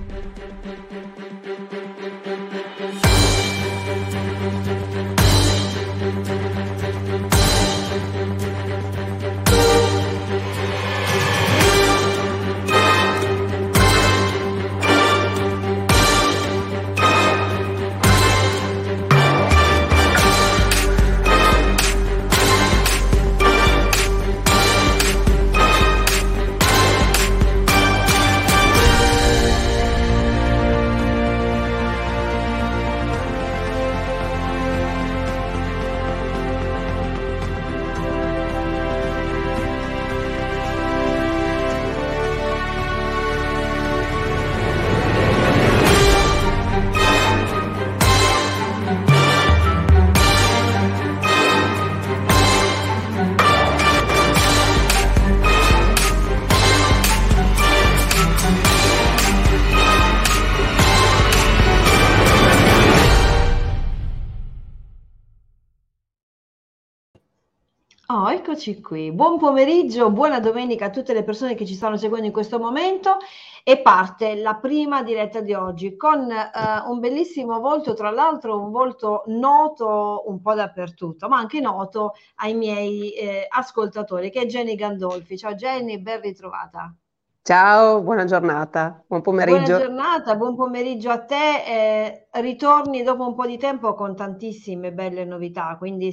Oh, eccoci qui. Buon pomeriggio, buona domenica a tutte le persone che ci stanno seguendo in questo momento e parte la prima diretta di oggi con un bellissimo volto, tra l'altro un volto noto un po' dappertutto, ma anche noto ai miei ascoltatori, che è Jenny Gandolfi. Ciao Jenny, ben ritrovata. Ciao, buona giornata, buon Buona pomeriggio. giornata, buon pomeriggio a te. Ritorni dopo un po' di tempo con tantissime belle novità, quindi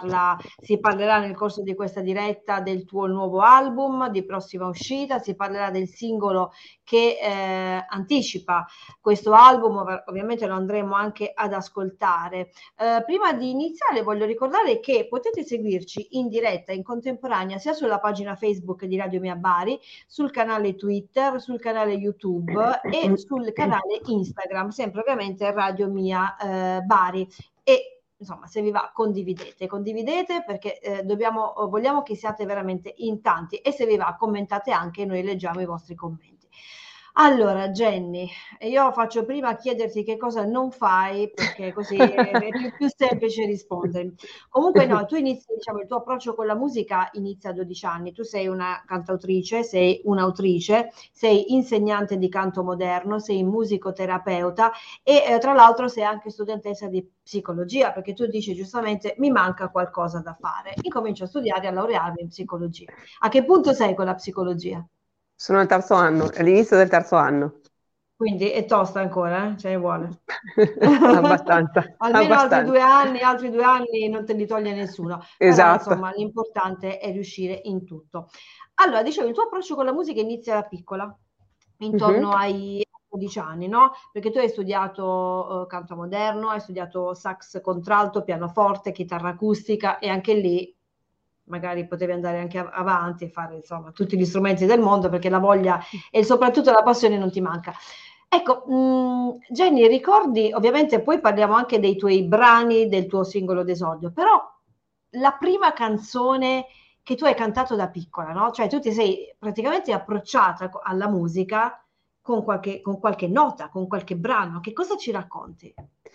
si parlerà nel corso di questa diretta del tuo nuovo album di prossima uscita, si parlerà del singolo che anticipa questo album, ovviamente lo andremo anche ad ascoltare. Prima di iniziare voglio ricordare che potete seguirci in diretta, in contemporanea, sia sulla pagina Facebook di Radio Mia Bari, sul canale Twitter, sul canale YouTube e sul canale Instagram, sempre ovviamente Radio Mia Bari. E insomma, se vi va, condividete perché vogliamo che siate veramente in tanti, e se vi va, commentate anche, noi leggiamo i vostri commenti. Allora, Jenny, io faccio prima a chiederti che cosa non fai, perché così è più semplice rispondere. Comunque no, tu inizi, diciamo, il tuo approccio con la musica inizia a 12 anni, tu sei una cantautrice, sei un'autrice, sei insegnante di canto moderno, sei musicoterapeuta e tra l'altro sei anche studentessa di psicologia, perché tu dici giustamente mi manca qualcosa da fare. Incomincio a studiare e a laurearmi in psicologia. A che punto sei con la psicologia? Sono al terzo anno, è l'inizio del terzo anno. Quindi è tosta ancora, ce ne vuole. Abbastanza, Almeno abbastanza. altri 2 anni non te li toglie nessuno, però Esatto. insomma l'importante è riuscire in tutto. Allora, dicevo, il tuo approccio con la musica inizia da piccola, intorno Mhm. ai 12 anni, no? Perché tu hai studiato canto moderno, hai studiato sax contralto, pianoforte, chitarra acustica, e anche lì magari potevi andare anche avanti e fare insomma tutti gli strumenti del mondo, perché la voglia e soprattutto la passione non ti manca. Ecco, Jenny, ricordi, ovviamente poi parliamo anche dei tuoi brani, del tuo singolo d'esordio, però la prima canzone che tu hai cantato da piccola, no? Cioè tu ti sei praticamente approcciata alla musica con qualche nota, con qualche brano. Che cosa ci racconti?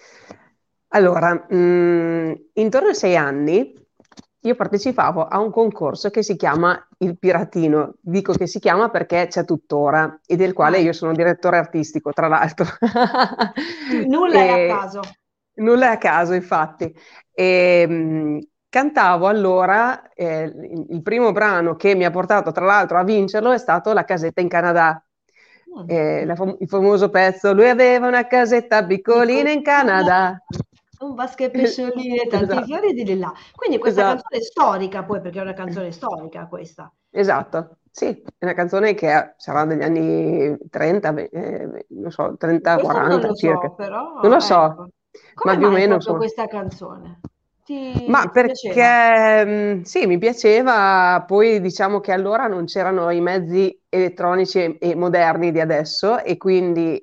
Allora, intorno ai 6 anni io partecipavo a un concorso che si chiama Il Piratino. Dico che si chiama perché c'è tuttora e del quale Ah, io sono direttore artistico, tra l'altro. nulla è a E caso. nulla è a caso, infatti. E, cantavo allora, il primo brano che mi ha portato tra l'altro a vincerlo è stato La casetta in Canada. Mm. Il famoso pezzo, lui aveva una casetta piccolina in Piccolina, Canada. un vasco e pesciolini, tanti Esatto, fiori di là. Quindi questa esatto, canzone è storica, poi, perché è una canzone storica questa. esatto. Sì, è una canzone che sarà degli anni 30, non so, 30, Questo non 40 lo circa. so, Non però lo so, ecco. ma Come più o mai meno, proprio insomma. questa canzone? Ma Ti piaceva? perché sì, mi piaceva, poi diciamo che allora non c'erano i mezzi elettronici e moderni di adesso e quindi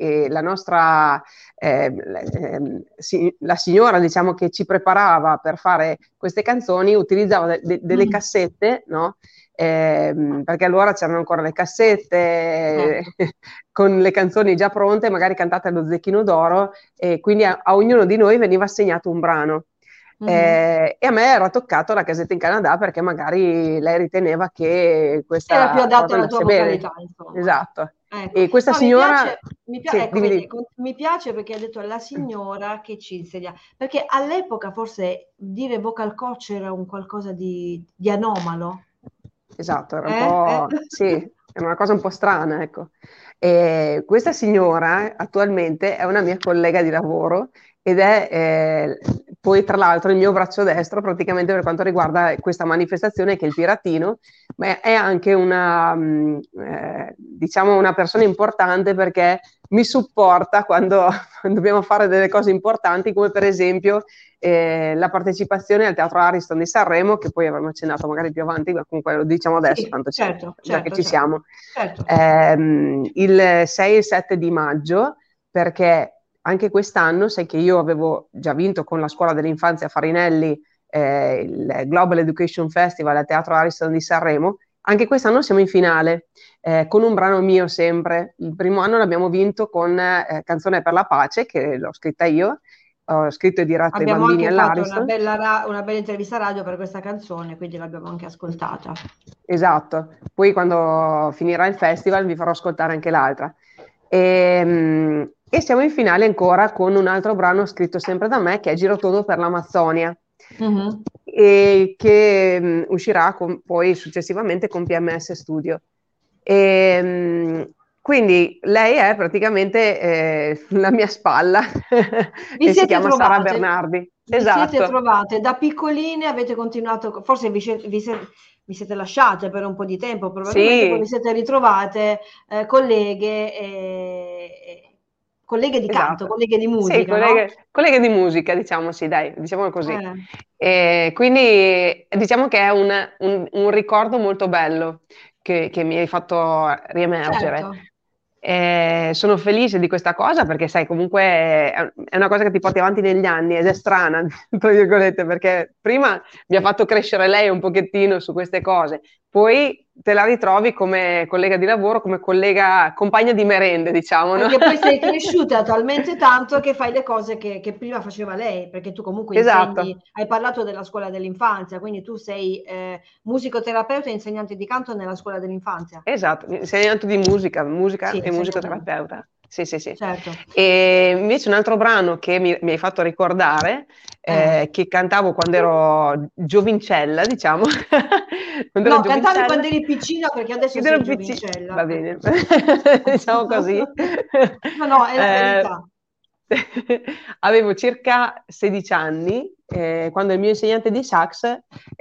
la signora diciamo che ci preparava per fare queste canzoni utilizzava delle Mm, cassette, no? Perché allora c'erano ancora le cassette certo. con le canzoni già pronte, magari cantate allo Zecchino d'Oro, e quindi a ognuno di noi veniva assegnato un brano. Mhm. E a me era toccato la casetta in Canada perché magari lei riteneva che Era più questa adatto cosa alla tua andasse bene. vocalità, insomma. Esatto. Ecco, E questa no, signora, sì, ecco, dimmi, vedi, dimmi. mi piace perché hai detto la signora che ci insegna, perché all'epoca forse dire vocal coach era un qualcosa di anomalo, Esatto, era un eh? po', sì, era una cosa un po' strana, ecco. E questa signora attualmente è una mia collega di lavoro ed è poi tra l'altro il mio braccio destro praticamente per quanto riguarda questa manifestazione che è il Piratino, ma è anche una, diciamo una persona importante perché mi supporta quando dobbiamo fare delle cose importanti, come per esempio la partecipazione al Teatro Ariston di Sanremo, che poi avremo accennato magari più avanti, ma comunque lo diciamo adesso, Sì, tanto certo, già che certo, ci certo, siamo. certo. Il 6 e 7 di maggio, perché anche quest'anno, sai che io avevo già vinto con la scuola dell'infanzia a Farinelli il Global Education Festival al Teatro Ariston di Sanremo, anche quest'anno siamo in finale con un brano mio sempre. Il primo anno l'abbiamo vinto con Canzone per la pace, che l'ho scritta io, ho scritto e diretto ai Abbiamo bambini anche fatto una all'Ariston. bella, una bella intervista radio per questa canzone, quindi l'abbiamo anche ascoltata. Esatto, poi quando finirà il festival vi farò ascoltare anche l'altra. E siamo in finale ancora con un altro brano scritto sempre da me che è Girotondo per l'Amazzonia Mhm. e che uscirà poi successivamente con PMS Studio. Quindi lei è praticamente la mia spalla Vi e si siete chiama Sara trovate, Bernardi. vi siete Esatto, trovate da piccoline, avete continuato, forse vi siete lasciate per un po' di tempo, probabilmente poi vi sì, siete ritrovate colleghe, colleghe di canto, esatto. colleghe di Sì, musica, no? colleghe di musica, diciamo, sì, dai, diciamolo così. Eh, E quindi diciamo che è un ricordo molto bello che mi hai fatto riemergere. certo. Sono felice di questa cosa perché, sai, comunque è una cosa che ti porti avanti negli anni ed è strana, tra virgolette, perché prima mi ha fatto crescere lei un pochettino su queste cose, poi te la ritrovi come collega di lavoro, come collega, compagna di merende, diciamo, no? Perché poi sei cresciuta talmente tanto che fai le cose che prima faceva lei, perché tu comunque insegni, Esatto, hai parlato della scuola dell'infanzia, quindi tu sei musicoterapeuta e insegnante di canto nella scuola dell'infanzia. esatto, insegnante di musica, musica Sì, e insegnante, musicoterapeuta. Sì, sì, sì. certo. E invece un altro brano che mi hai fatto ricordare, Eh. che cantavo quando ero giovincella, diciamo, quando ero No, cantavi giovincella, quando eri piccina perché adesso quando sei ero piccina, giovincella. va bene, diciamo così. No, no, è la Eh, verità. avevo circa 16 anni, quando il mio insegnante di sax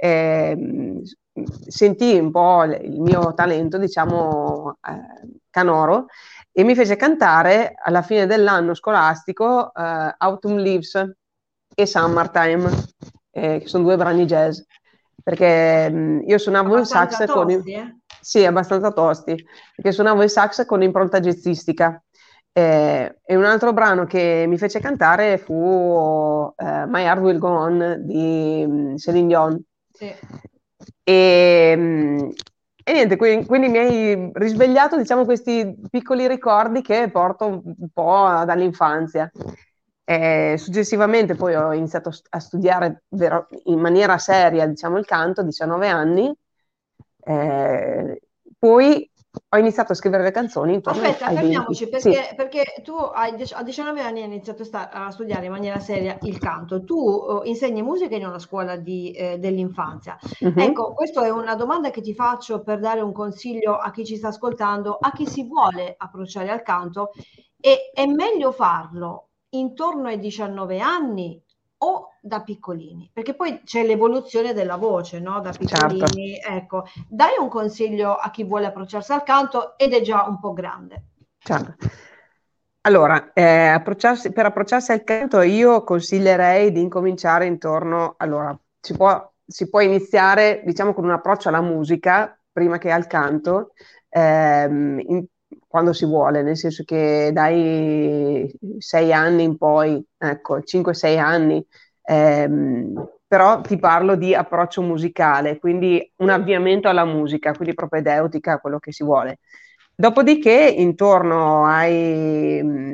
sentì un po' il mio talento, diciamo, canoro, e mi fece cantare alla fine dell'anno scolastico Autumn Leaves e Summertime, che sono due brani jazz, perché io suonavo il Abbastanza sax con... tosti, eh? Sì, abbastanza tosti, perché suonavo il sax con impronta jazzistica. E un altro brano che mi fece cantare fu My Heart Will Go On di Celine Dion. Sì. E, e niente, quindi mi hai risvegliato, diciamo, questi piccoli ricordi che porto un po' dall'infanzia. Successivamente poi ho iniziato a studiare in maniera seria, diciamo, il canto a 19 anni. Eh, poi ho iniziato a scrivere le canzoni intorno Aspetta, ai 20. fermiamoci Sì. perché tu a 19 anni hai iniziato a studiare in maniera seria il canto. Tu insegni musica in una scuola dell'infanzia. Mhm. Ecco, questa è una domanda che ti faccio per dare un consiglio a chi ci sta ascoltando, a chi si vuole approcciare al canto. E è meglio farlo intorno ai 19 anni o da piccolini? Perché poi c'è l'evoluzione della voce, no? Da Certo, piccolini, ecco. Dai un consiglio a chi vuole approcciarsi al canto ed è già un po' grande. certo. Allora, per approcciarsi al canto io consiglierei di incominciare intorno, allora, si può iniziare, diciamo, con un approccio alla musica prima che al canto, quando si vuole, nel senso che dai 6 anni in poi, ecco, 5-6 anni, però ti parlo di approccio musicale, quindi un avviamento alla musica, quindi propedeutica, quello che si vuole. Dopodiché, intorno ai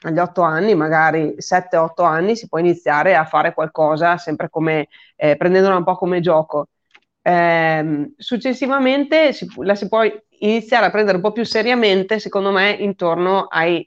agli 8 anni, magari 7-8 anni, si può iniziare a fare qualcosa, sempre come prendendola un po' come gioco. Successivamente la si può iniziare a prendere un po' più seriamente, secondo me, intorno ai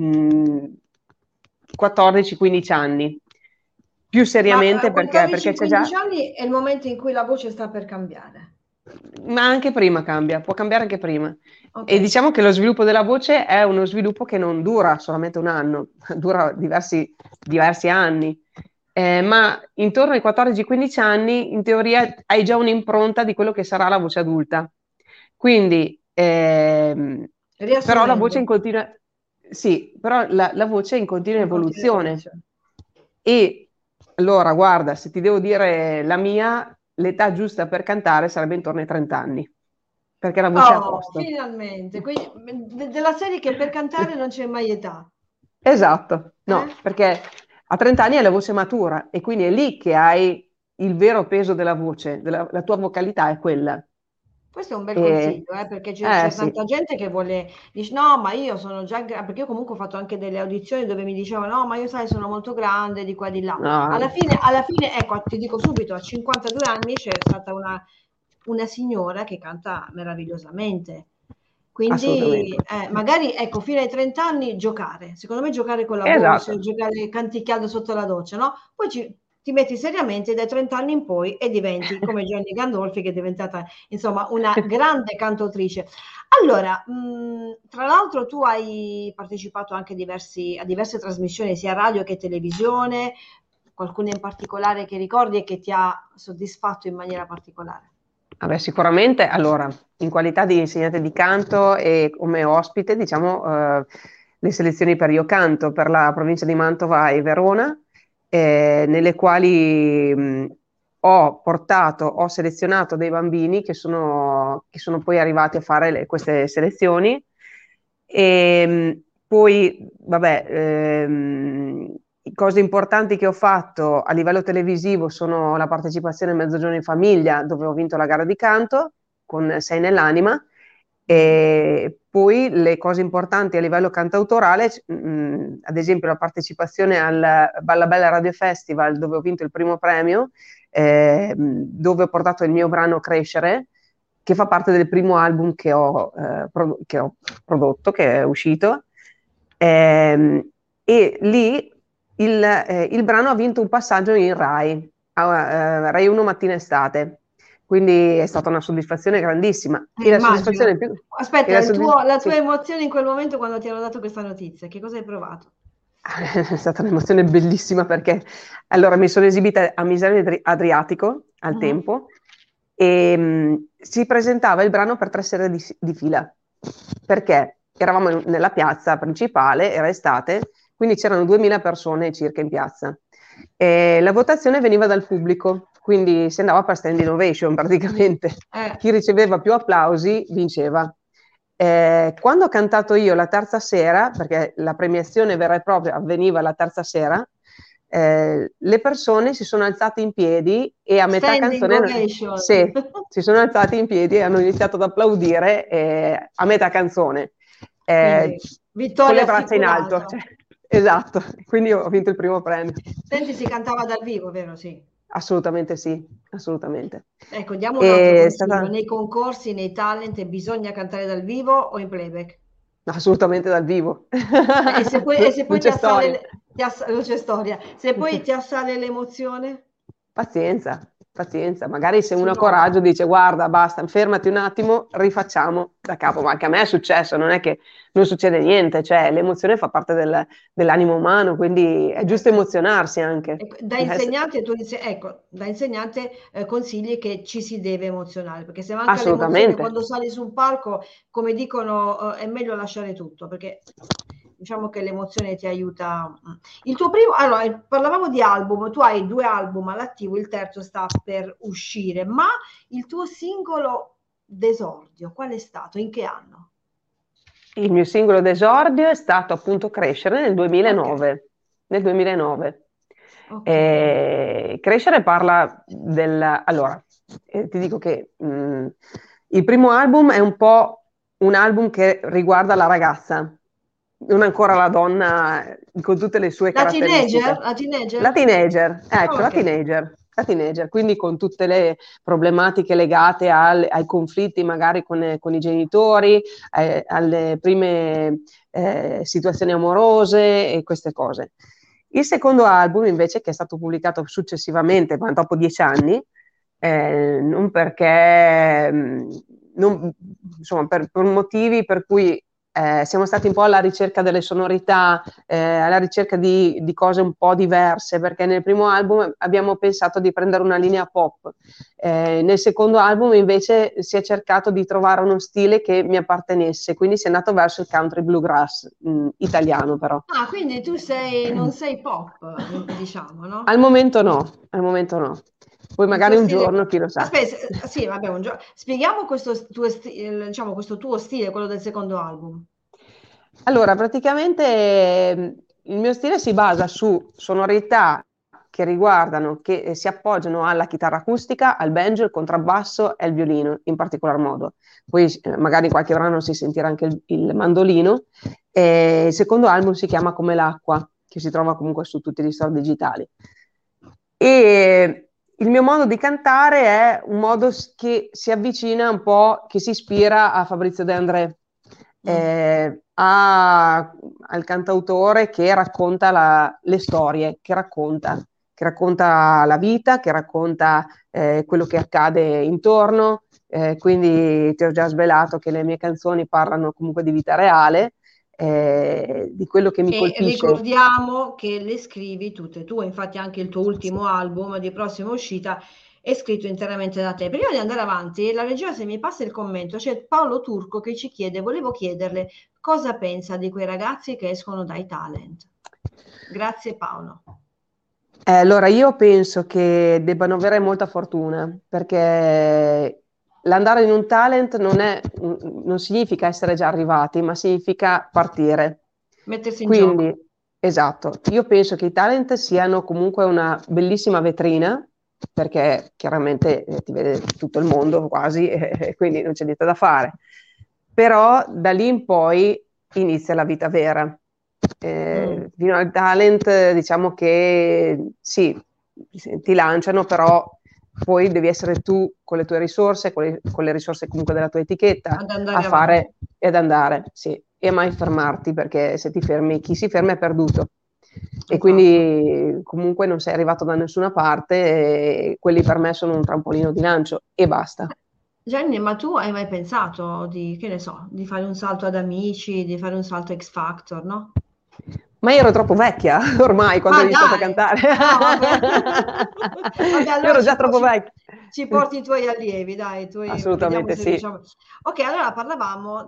14-15 anni. Più Ma seriamente perché c'è già, 14-15 anni è il momento in cui la voce sta per cambiare. ma anche prima cambia, può cambiare anche prima. Ok. E diciamo che lo sviluppo della voce è uno sviluppo che non dura solamente un anno, dura diversi anni. Ma intorno ai 14-15 anni, in teoria, hai già un'impronta di quello che sarà la voce adulta. Quindi, però la voce Riassumendo, è in continua, sì, però la voce è in continua in continua evoluzione. evoluzione. E allora, guarda, se ti devo dire la mia, l'età giusta per cantare sarebbe intorno ai 30 anni, perché la voce è a Oh, posto. finalmente. Quindi, della serie che per cantare non c'è mai età. Esatto, Eh? no, perché a 30 anni hai la voce matura e quindi è lì che hai il vero peso della voce, la tua vocalità è quella. Questo è un bel E, consiglio, perché c'è sì, tanta gente che vuole, dice no, ma io sono già, perché io comunque ho fatto anche delle audizioni dove mi dicevano, no, ma io sai, sono molto grande di qua e di là. no, Alla fine, ecco, ti dico subito, a 52 anni c'è stata una signora che canta meravigliosamente. Quindi, assolutamente. magari, ecco, fino ai 30 anni giocare, secondo me giocare con la voce, Esatto. giocare canticchiando sotto la doccia, no? Poi ti metti seriamente dai 30 anni in poi e diventi come Gianni Gandolfi che è diventata insomma una grande cantautrice. Allora, tra l'altro tu hai partecipato anche a diverse trasmissioni sia radio che televisione, qualcuna in particolare che ricordi e che ti ha soddisfatto in maniera particolare? Vabbè, sicuramente, allora, in qualità di insegnante di canto e come ospite, diciamo, le selezioni per Io Canto per la provincia di Mantova e Verona, nelle quali ho selezionato dei bambini che sono poi arrivati a fare queste selezioni. E poi, vabbè, cose importanti che ho fatto a livello televisivo sono la partecipazione a Mezzogiorno in Famiglia, dove ho vinto la gara di canto con Sei nell'anima, Mm. e poi le cose importanti a livello cantautorale, ad esempio la partecipazione al Balla Bella Radio Festival, dove ho vinto il primo premio, dove ho portato il mio brano Crescere, che fa parte del primo album che ho prodotto, che è uscito. E lì il brano ha vinto un passaggio in Rai, Rai 1 mattina estate, quindi è stata una soddisfazione grandissima. E la soddisfazione Immagino. più... e Aspetta, la la tua sì. emozione in quel momento quando ti hanno dato questa notizia, che cosa hai provato? È stata un'emozione bellissima perché allora mi sono esibita a Miseria Adriatico al Mhm. tempo e si presentava il brano per 3 sere di fila perché eravamo nella piazza principale, era estate, quindi c'erano 2000 persone circa in piazza. E la votazione veniva dal pubblico, quindi si andava per stand innovation praticamente. Eh, Chi riceveva più applausi vinceva. Quando ho cantato io la terza sera, perché la premiazione vera e propria avveniva la terza sera, le persone si sono alzate in piedi e a metà standing canzone, ovation. sì, si sono alzati in piedi e hanno iniziato ad applaudire a metà canzone, eh, Quindi, con vittoria le braccia in alto. assicurata. Cioè, esatto, quindi ho vinto il primo premio. Senti, si cantava dal vivo, vero? Sì. Assolutamente sì, assolutamente. Ecco, diamo un altro È consiglio. stata Nei concorsi, nei talent, bisogna cantare dal vivo o in playback? assolutamente dal vivo. E se Non poi c'è storia. non c'è storia, se poi ti assale l'emozione, Pazienza, pazienza. Magari se si uno ha prova. coraggio dice guarda, basta, fermati un attimo, rifacciamo da capo. Ma anche a me è successo, non è che non succede niente, cioè l'emozione fa parte dell'animo umano, quindi è giusto Certo. emozionarsi anche. Ecco, da insegnante, ecco, da insegnante consigli che ci si deve emozionare, perché se manca l'emozione Assolutamente. quando sali su un palco, come dicono, è meglio lasciare tutto, perché diciamo che l'emozione ti aiuta. Il tuo primo, allora, parlavamo di album, tu hai 2 album all'attivo, il terzo sta per uscire, ma il tuo singolo d'esordio, qual è stato? In che anno? Il mio singolo d'esordio è stato appunto Crescere nel Ok, 2009. Nel 2009. ok. Crescere parla Allora, ti dico che il primo album è un po' un album che riguarda la ragazza. non ancora la donna con tutte le sue La teenager? caratteristiche. La teenager? La teenager, ecco, Ok. la teenager, quindi con tutte le problematiche legate ai conflitti magari con i genitori, alle prime situazioni amorose e queste cose. Il secondo album invece, che è stato pubblicato successivamente, ma dopo 10 anni, non perché, insomma, per motivi per cui siamo stati un po' alla ricerca delle sonorità, alla ricerca di cose un po' diverse, perché nel primo album abbiamo pensato di prendere una linea pop, nel secondo album invece si è cercato di trovare uno stile che mi appartenesse, quindi si è andato verso il country bluegrass, italiano però. Ah, quindi non sei pop, diciamo, no? Al momento no, al momento no. Poi Il magari tuo un stile. giorno, chi lo sa. Aspetta, sì, vabbè, spieghiamo diciamo, questo tuo stile, quello del secondo album. Allora, praticamente il mio stile si basa su sonorità che riguardano, che si appoggiano alla chitarra acustica, al banjo, al contrabbasso e al violino in particolar modo. Poi magari in qualche brano si sentirà anche il mandolino. Il secondo album si chiama Come l'acqua, che si trova comunque su tutti gli store digitali. E il mio modo di cantare è un modo che si avvicina un po', che si ispira a Fabrizio De André, al cantautore che racconta le storie, che racconta la vita, che racconta quello che accade intorno. Quindi ti ho già svelato che le mie canzoni parlano comunque di vita reale, di quello che mi E colpisce. ricordiamo che le scrivi tutte tu, infatti anche il tuo ultimo album di prossima uscita è scritto interamente da te. Prima di andare avanti, la regia se mi passa il commento, c'è Paolo Turco che ci chiede, volevo chiederle cosa pensa di quei ragazzi che escono dai talent. Grazie Paolo. Allora, io penso che debbano avere molta fortuna, perché l'andare in un talent non significa essere già arrivati, ma significa partire. Mettersi in Quindi, gioco. esatto, io penso che i talent siano comunque una bellissima vetrina, perché chiaramente ti vede tutto il mondo quasi, e quindi non c'è niente da fare. Però da lì in poi inizia la vita vera. Fino al talent, diciamo che sì, ti lanciano, però poi devi essere tu con le tue risorse, con le risorse comunque della tua etichetta, Ad a andare avanti. fare ed andare, sì, e mai fermarti, perché se ti fermi, chi si ferma è perduto. E Esatto. quindi comunque non sei arrivato da nessuna parte, e quelli per me sono un trampolino di lancio e basta. Jenny, ma tu hai mai pensato di, che ne so, di fare un salto ad amici, di fare un salto X Factor, no? Ma io ero troppo vecchia ormai quando ho Ma iniziato a dai! cantare. Ah, vabbè. Vabbè, Io allora ero già troppo vecchia. ci porti i tuoi allievi, dai, vediamo Assolutamente se sì. riusciamo. Ok, allora parlavamo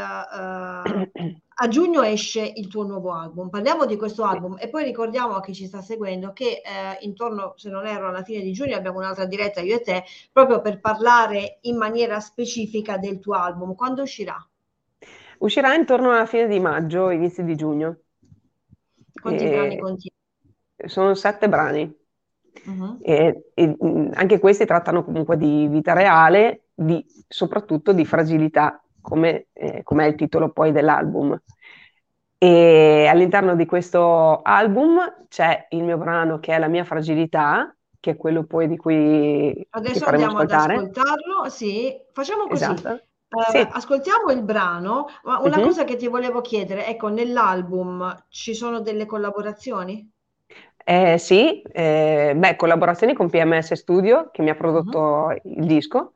a giugno esce il tuo nuovo album. Parliamo di questo Sì. album e poi ricordiamo a chi ci sta seguendo che intorno, se non erro, alla fine di giugno abbiamo un'altra diretta io e te, proprio per parlare in maniera specifica del tuo album. Quando uscirà? Uscirà intorno alla fine di maggio, inizio di giugno. Quanti brani E contiene? sono 7 brani. Mhm. Anche questi trattano comunque di vita reale, soprattutto di fragilità, come è il titolo poi dell'album. E all'interno di questo album c'è il mio brano che è La mia fragilità, che è quello poi di cui ti Adesso faremo andiamo ad ascoltare. ascoltarlo. Sì, facciamo così. Esatto. Sì. Ascoltiamo il brano, ma una Mhm. cosa che ti volevo chiedere, ecco, nell'album ci sono delle collaborazioni? Sì, beh, collaborazioni con PMS Studio che mi ha Mhm. prodotto il disco,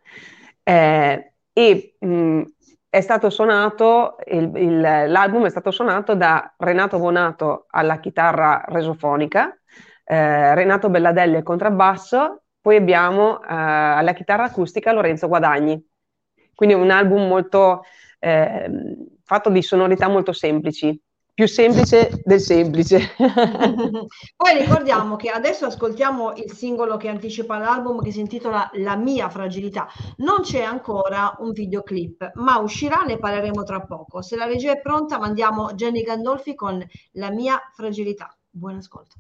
e è stato suonato, l'album è stato suonato da Renato Bonato alla chitarra resofonica, Renato Belladelli al contrabbasso, poi abbiamo alla chitarra acustica Lorenzo Guadagni. Quindi è un album molto fatto di sonorità molto semplici, più semplice del semplice. Poi ricordiamo che adesso ascoltiamo il singolo che anticipa l'album che si intitola La mia fragilità. Non c'è ancora un videoclip, ma uscirà, ne parleremo tra poco. Se la regia è pronta, mandiamo Jenny Gandolfi con La mia fragilità. Buon ascolto.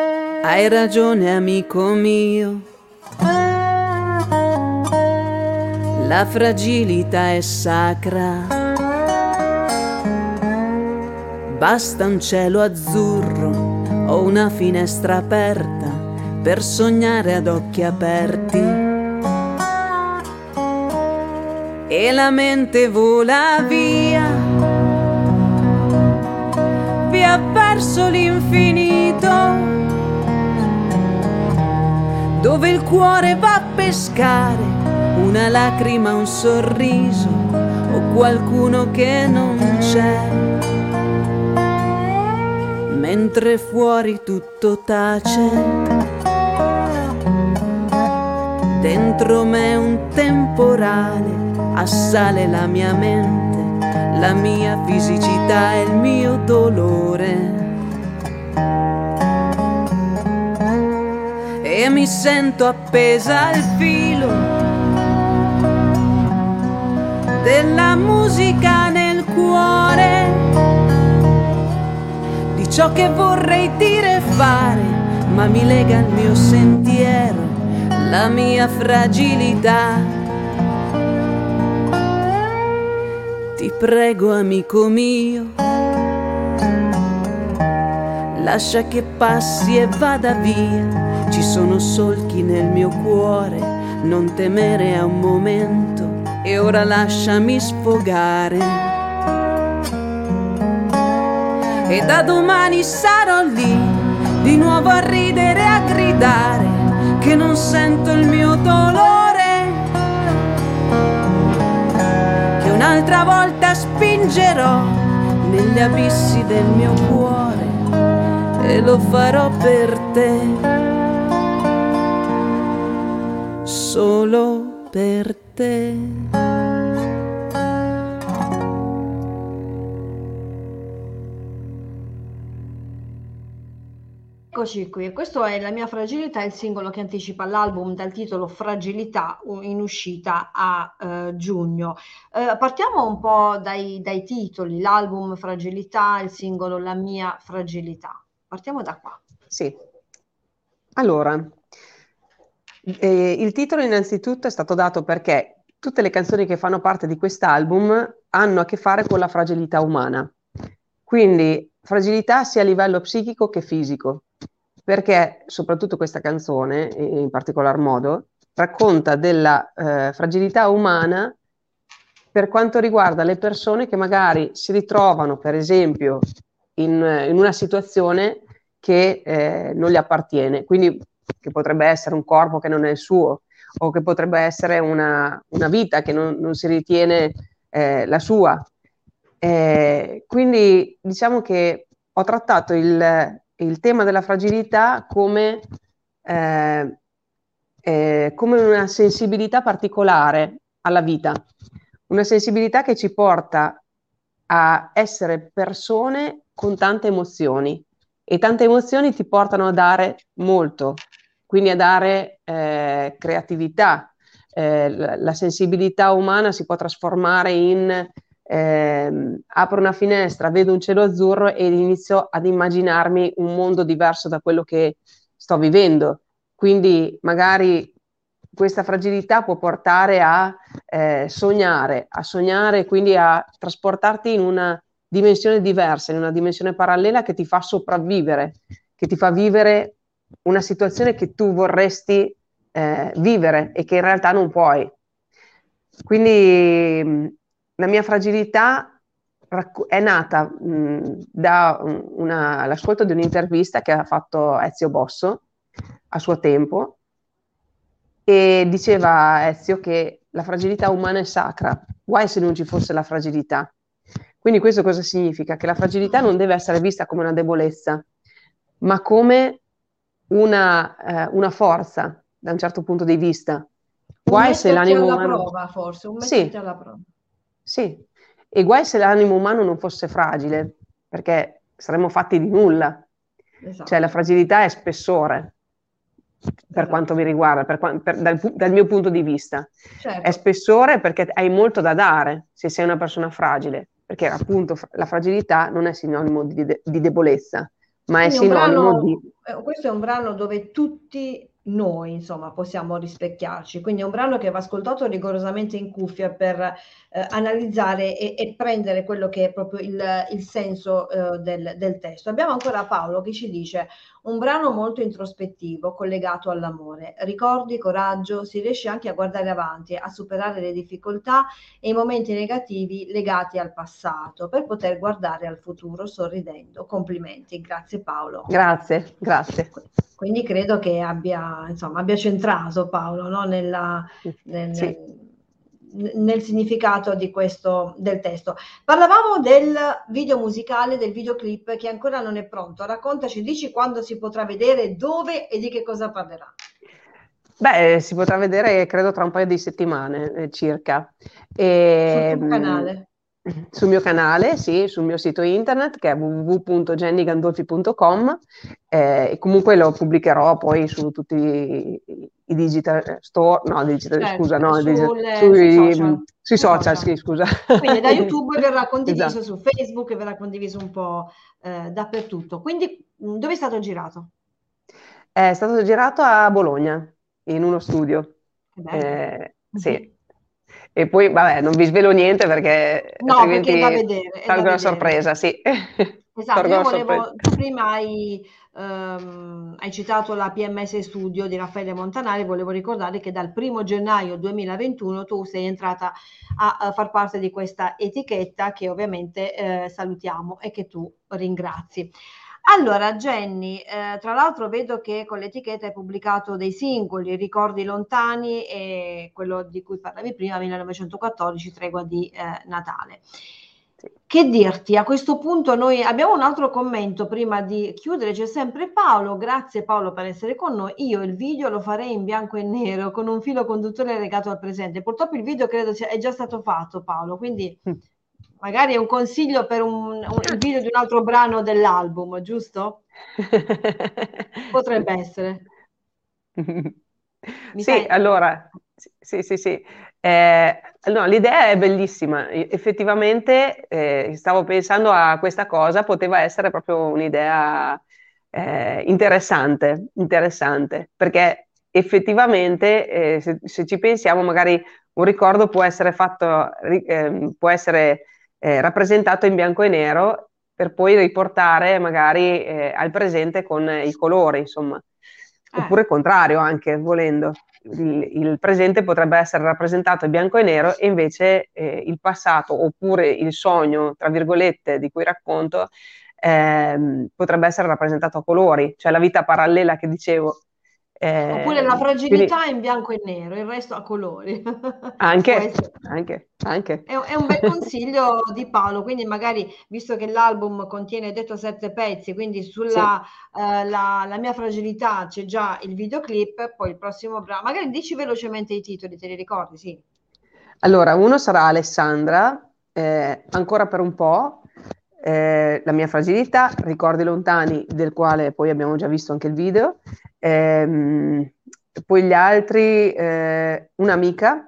Hai ragione, amico mio. La fragilità è sacra, basta un cielo azzurro o una finestra aperta per sognare ad occhi aperti. E la mente vola via, via verso l'infinito, dove il cuore va a pescare una lacrima, un sorriso o qualcuno che non c'è, mentre fuori tutto tace. Dentro me un temporale assale la mia mente, la mia fisicità e il mio dolore. E mi sento appesa al filo della musica nel cuore, di ciò che vorrei dire e fare, ma mi lega il mio sentiero, la mia fragilità. Ti prego, amico mio, lascia che passi e vada via, ci sono solchi nel mio cuore, non temere a un momento, e ora lasciami sfogare. E da domani sarò lì, di nuovo a ridere e a gridare, che non sento il mio dolore, che un'altra volta spingerò negli abissi del mio cuore, e lo farò per te, solo per te. Eccoci qui, questo è La mia fragilità, il singolo che anticipa l'album dal titolo Fragilità, in uscita a giugno. Partiamo un po' dai titoli, l'album Fragilità, il singolo La mia fragilità. Partiamo da qua. Sì. Allora, il titolo innanzitutto è stato dato perché tutte le canzoni che fanno parte di quest'album hanno a che fare con la fragilità umana. Quindi fragilità sia a livello psichico che fisico, perché soprattutto questa canzone, in particolar modo, racconta della fragilità umana per quanto riguarda le persone che magari si ritrovano, per esempio, in una situazione che non gli appartiene, quindi che potrebbe essere un corpo che non è il suo, o che potrebbe essere una vita che non si ritiene la sua. Quindi diciamo che ho trattato il tema della fragilità come una sensibilità particolare alla vita, una sensibilità che ci porta a essere persone con tante emozioni, e tante emozioni ti portano a dare molto, quindi a dare creatività. La sensibilità umana si può trasformare in apro una finestra, vedo un cielo azzurro e inizio ad immaginarmi un mondo diverso da quello che sto vivendo. Quindi magari questa fragilità può portare a sognare, quindi a trasportarti in una dimensione diversa, in una dimensione parallela che ti fa sopravvivere, che ti fa vivere una situazione che tu vorresti vivere e che in realtà non puoi. Quindi la mia fragilità è nata dall'ascolto di un'intervista che ha fatto Ezio Bosso a suo tempo, e diceva Ezio che la fragilità umana è sacra, guai se non ci fosse la fragilità. Quindi questo cosa significa? Che la fragilità non deve essere vista come una debolezza, ma come una forza da un certo punto di vista. Guai se l'animo umano... prova, forse, un sì, metterti alla prova. Sì, e guai se l'animo umano non fosse fragile, perché saremmo fatti di nulla. Esatto. Cioè la fragilità è spessore, per quanto mi riguarda, dal mio punto di vista. Certo. È spessore perché hai molto da dare se sei una persona fragile, perché appunto la fragilità non è sinonimo di debolezza, ma è sinonimo di... Questo è un brano dove tutti noi, insomma, possiamo rispecchiarci. Quindi è un brano che va ascoltato rigorosamente in cuffia per analizzare e prendere quello che è proprio il senso del testo. Abbiamo ancora Paolo che ci dice: un brano molto introspettivo, collegato all'amore. Ricordi, coraggio, si riesce anche a guardare avanti, a superare le difficoltà e i momenti negativi legati al passato, per poter guardare al futuro sorridendo. Complimenti, grazie Paolo. Grazie, grazie. Quindi credo che abbia centrato Paolo, no? Sì. Nel significato del testo. Parlavamo del video musicale, del videoclip che ancora non è pronto. Raccontaci, dici quando si potrà vedere, dove e di che cosa parlerà. Beh, si potrà vedere credo tra un paio di settimane circa. Sul tuo canale. Sul mio canale, sì, sul mio sito internet che è www.jennygandolfi.com, e comunque lo pubblicherò poi su tutti i digital store, no, digital, Certo, scusa, no, sui sui social, sì, scusa. Quindi da YouTube verrà condiviso, Esatto. su Facebook verrà condiviso un po' dappertutto. Quindi dove è stato girato? È stato girato a Bologna, in uno studio. Che bello. Sì. E poi, vabbè, non vi svelo niente perché No, altrimenti perché è da vedere, è da salgo una vedere. sorpresa, sì. Esatto, Salgo una sorpresa. tu prima hai citato la PMS Studio di Raffaele Montanari, volevo ricordare che dal 1° gennaio 2021 tu sei entrata a far parte di questa etichetta che ovviamente salutiamo e che tu ringrazi. Allora, Jenny, tra l'altro vedo che con l'etichetta hai pubblicato dei singoli, Ricordi lontani e quello di cui parlavi prima, 1914, Tregua di Natale. Che dirti? A questo punto noi abbiamo un altro commento prima di chiudere, c'è sempre Paolo, grazie Paolo per essere con noi. Io il video lo farei in bianco e nero con un filo conduttore legato al presente. Purtroppo il video credo è già stato fatto, Paolo, quindi magari è un consiglio per il video di un altro brano dell'album, giusto? Potrebbe essere. Sì, allora, sì. No, l'idea è bellissima. Effettivamente, stavo pensando a questa cosa, poteva essere proprio un'idea interessante, perché effettivamente, se ci pensiamo, magari un ricordo può essere rappresentato in bianco e nero per poi riportare magari al presente con i colori, insomma. Oppure il contrario, anche volendo. Il presente potrebbe essere rappresentato in bianco e nero e invece il passato oppure il sogno, tra virgolette, di cui racconto, potrebbe essere rappresentato a colori, cioè la vita parallela che dicevo. Oppure la fragilità in bianco e nero, il resto a colori. Anche. È un bel consiglio di Paolo, quindi magari, visto che l'album contiene, detto, 7 pezzi, quindi sulla la mia fragilità c'è già il videoclip, poi il prossimo brano, magari dici velocemente i titoli, te li ricordi? Sì. Allora, uno sarà Alessandra, ancora per un po', la mia fragilità, Ricordi lontani, del quale poi abbiamo già visto anche il video, poi gli altri, un'amica,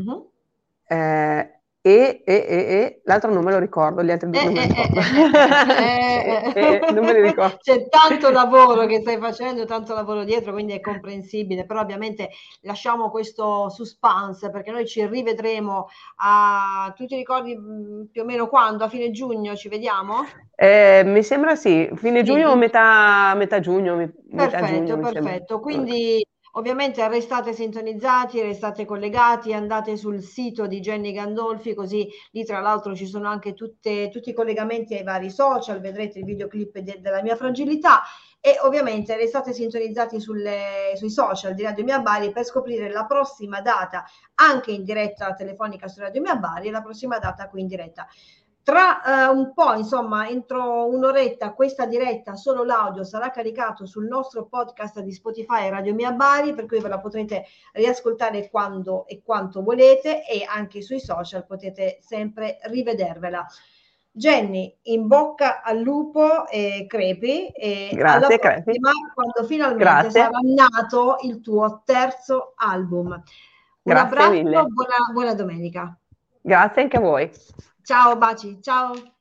e l'altro non me lo ricordo, gli altri due non me lo ricordo. Non me li ricordo. C'è tanto lavoro che stai facendo, tanto lavoro dietro, quindi è comprensibile, però ovviamente lasciamo questo suspense perché noi ci rivedremo tu ti ricordi più o meno quando? A fine giugno ci vediamo? Mi sembra sì, fine giugno o metà giugno. Perfetto. Quindi ovviamente restate sintonizzati, restate collegati, andate sul sito di Jenny Gandolfi, così lì tra l'altro ci sono anche tutti i collegamenti ai vari social, vedrete il videoclip della mia fragilità e ovviamente restate sintonizzati sui social di Radio Mia Bari per scoprire la prossima data anche in diretta telefonica su Radio Mia Bari e la prossima data qui in diretta. Tra un po', insomma, entro un'oretta, questa diretta, solo l'audio, sarà caricato sul nostro podcast di Spotify Radio Mia Bari, per cui ve la potrete riascoltare quando e quanto volete e anche sui social potete sempre rivedervela. Jenny, in bocca al lupo e crepi e Grazie, alla prossima quando finalmente sarà nato il tuo terzo album. Un abbraccio, buona domenica. Grazie anche a voi. Ciao, baci, ciao.